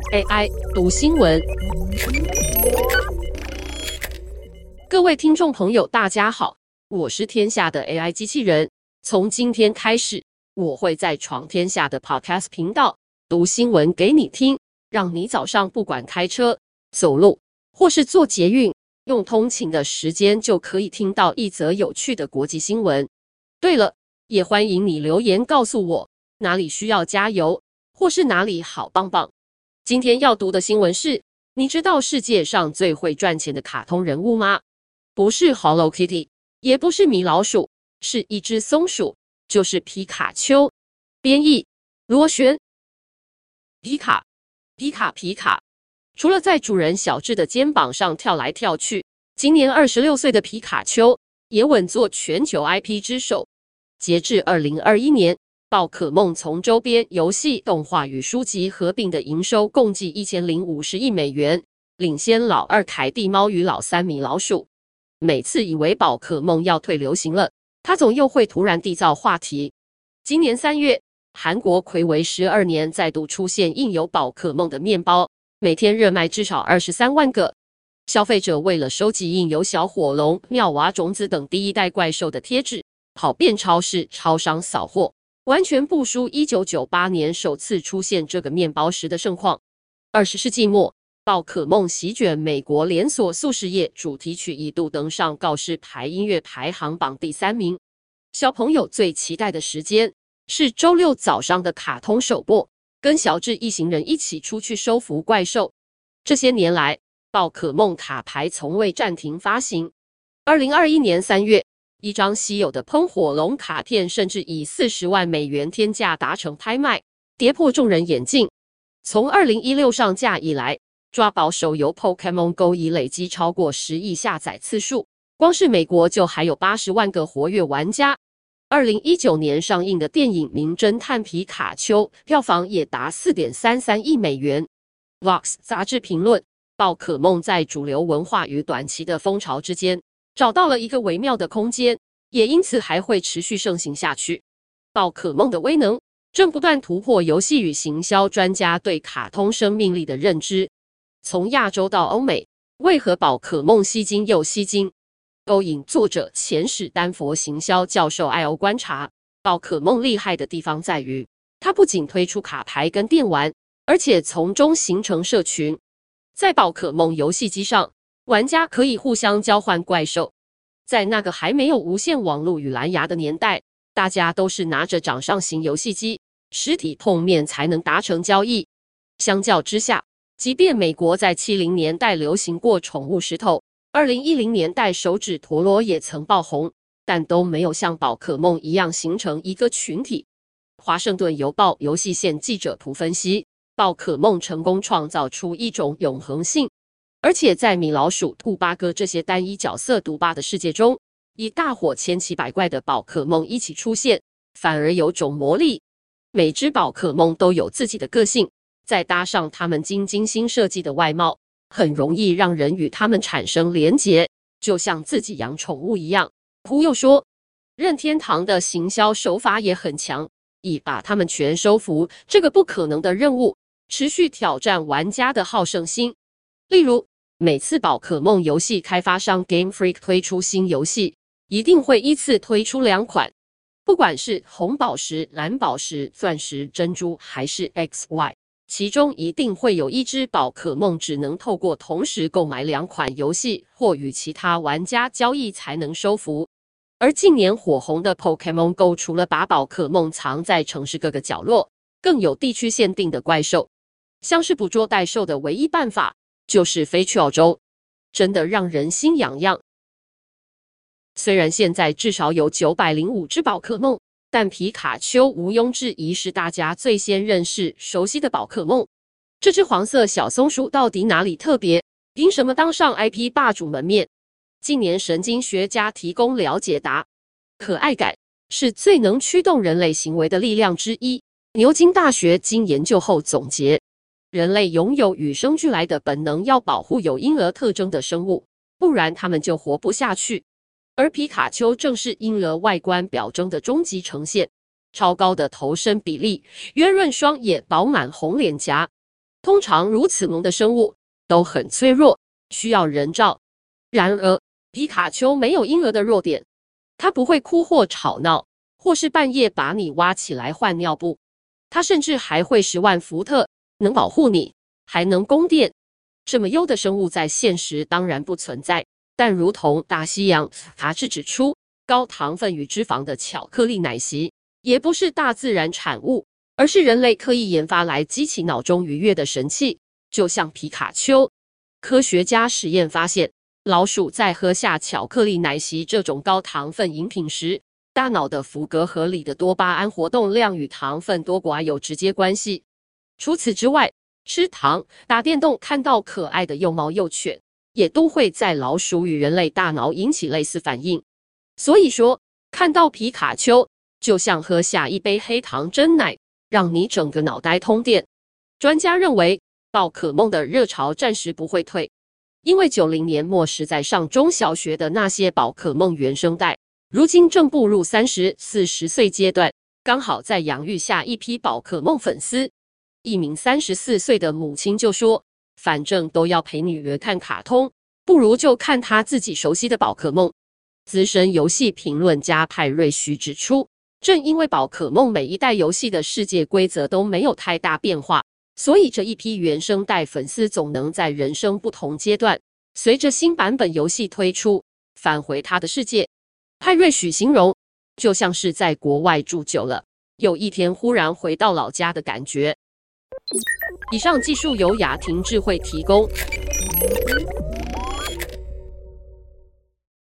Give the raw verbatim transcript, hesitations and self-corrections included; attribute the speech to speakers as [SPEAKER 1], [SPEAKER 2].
[SPEAKER 1] A I 读新闻。各位听众朋友，大家好，我是天下的 A I 机器人。从今天开始，我会在闯天下的 Podcast 频道读新闻给你听，让你早上不管开车、走路或是坐捷运，用通勤的时间就可以听到一则有趣的国际新闻。对了，也欢迎你留言告诉我哪里需要加油，或是哪里好棒棒。今天要读的新闻是：你知道世界上最会赚钱的卡通人物吗？不是 Hello Kitty， 也不是米老鼠，是一只松鼠，就是皮卡丘。编译：螺旋。皮卡，皮卡皮卡。除了在主人小智的肩膀上跳来跳去，今年二十六岁的皮卡丘也稳坐全球 I P 之首。截至二零二一年，宝可梦从周边游戏、动画与书籍合并的营收共计一千零五十亿美元，领先老二凯蒂猫与老三米老鼠。每次以为宝可梦要退流行了，它总又会突然缔造话题。今年三月，韩国睽违十二年再度出现印有宝可梦的面包，每天热卖至少二十三万个。消费者为了收集印有小火龙、妙蛙种子等第一代怪兽的贴纸，跑遍超市、超商扫货，完全不输一九九八年首次出现这个面包时的盛况。二十世纪末，宝可梦席卷美国连锁速食业，主题曲一度登上告示牌音乐排行榜第三名。小朋友最期待的时间是周六早上的卡通首播，跟小智一行人一起出去收服怪兽。这些年来，宝可梦卡牌从未暂停发行。二零二一年三月，一张稀有的喷火龙卡片甚至以四十万美元天价达成拍卖，跌破众人眼镜。从二零一六上架以来，抓宝手游 Pokémon Go 已累积超过十亿下载次数，光是美国就还有八十万个活跃玩家。二零一九年上映的电影《名侦探皮卡丘》票房也达 四点三三亿美元。Vox 杂志评论，宝可梦在主流文化与短期的风潮之间找到了一个微妙的空间，也因此还会持续盛行下去。宝可梦的威能正不断突破游戏与行销专家对卡通生命力的认知。从亚洲到欧美，为何宝可梦吸睛又吸睛？勾引作者前史丹佛行销教授艾欧观察，宝可梦厉害的地方在于，它不仅推出卡牌跟电玩，而且从中形成社群。在宝可梦游戏机上，玩家可以互相交换怪兽。在那个还没有无线网络与蓝牙的年代，大家都是拿着掌上型游戏机，实体碰面才能达成交易。相较之下，即便美国在七零年代流行过宠物石头，二零一零年代手指陀螺也曾爆红，但都没有像宝可梦一样形成一个群体。华盛顿邮报游戏线记者图分析，宝可梦成功创造出一种永恒性，而且在米老鼠、兔八哥这些单一角色独霸的世界中，以大伙千奇百怪的宝可梦一起出现，反而有种魔力。每只宝可梦都有自己的个性，再搭上他们精精心设计的外貌，很容易让人与他们产生连结，就像自己养宠物一样。胡又说，任天堂的行销手法也很强，以把他们全收服这个不可能的任务，持续挑战玩家的好胜心。例如，每次宝可梦游戏开发商 Game Freak 推出新游戏，一定会依次推出两款，不管是红宝石、蓝宝石、钻石、珍珠还是 X Y， 其中一定会有一只宝可梦只能透过同时购买两款游戏或与其他玩家交易才能收服。而近年火红的 Pokémon Go 除了把宝可梦藏在城市各个角落，更有地区限定的怪兽。像是捕捉代兽的唯一办法就是飞去澳洲，真的让人心痒痒。虽然现在至少有九百零五只宝可梦，但皮卡丘毋庸置疑是大家最先认识、熟悉的宝可梦。这只黄色小松鼠到底哪里特别？凭什么当上 I P 霸主门面？近年神经学家提供了解答：可爱感是最能驱动人类行为的力量之一。牛津大学经研究后总结，人类拥有与生俱来的本能，要保护有婴儿特征的生物，不然它们就活不下去。而皮卡丘正是婴儿外观表征的终极呈现，超高的头身比例，圆润双眼，饱满红脸颊， 通常如此萌的生物都很脆弱，需要人照。然而，皮卡丘没有婴儿的弱点，它不会哭或吵闹，或是半夜把你挖起来换尿布。它甚至还会十万伏特，能保护你，还能供电。这么优的生物在现实当然不存在，但如同大西洋杂志指出，高糖分与脂肪的巧克力奶昔也不是大自然产物，而是人类刻意研发来激起脑中愉悦的神器，就像皮卡丘。科学家实验发现，老鼠在喝下巧克力奶昔这种高糖分饮品时，大脑的福格核里的多巴胺活动量与糖分多寡有直接关系。除此之外，吃糖、打电动、看到可爱的幼猫幼犬，也都会在老鼠与人类大脑引起类似反应。所以说，看到皮卡丘就像喝下一杯黑糖珍奶，让你整个脑袋通电。专家认为，宝可梦的热潮暂时不会退，因为九零年末时在上中小学的那些宝可梦原生代，如今正步入三十、四十岁阶段，刚好在养育下一批宝可梦粉丝。一名三十四岁的母亲就说，反正都要陪女儿看卡通，不如就看她自己熟悉的宝可梦。资深游戏评论家派瑞许指出，正因为宝可梦每一代游戏的世界规则都没有太大变化，所以这一批原生代粉丝总能在人生不同阶段，随着新版本游戏推出，返回他的世界。派瑞许形容，就像是在国外住久了，有一天忽然回到老家的感觉。以上技术由雅婷智慧提供。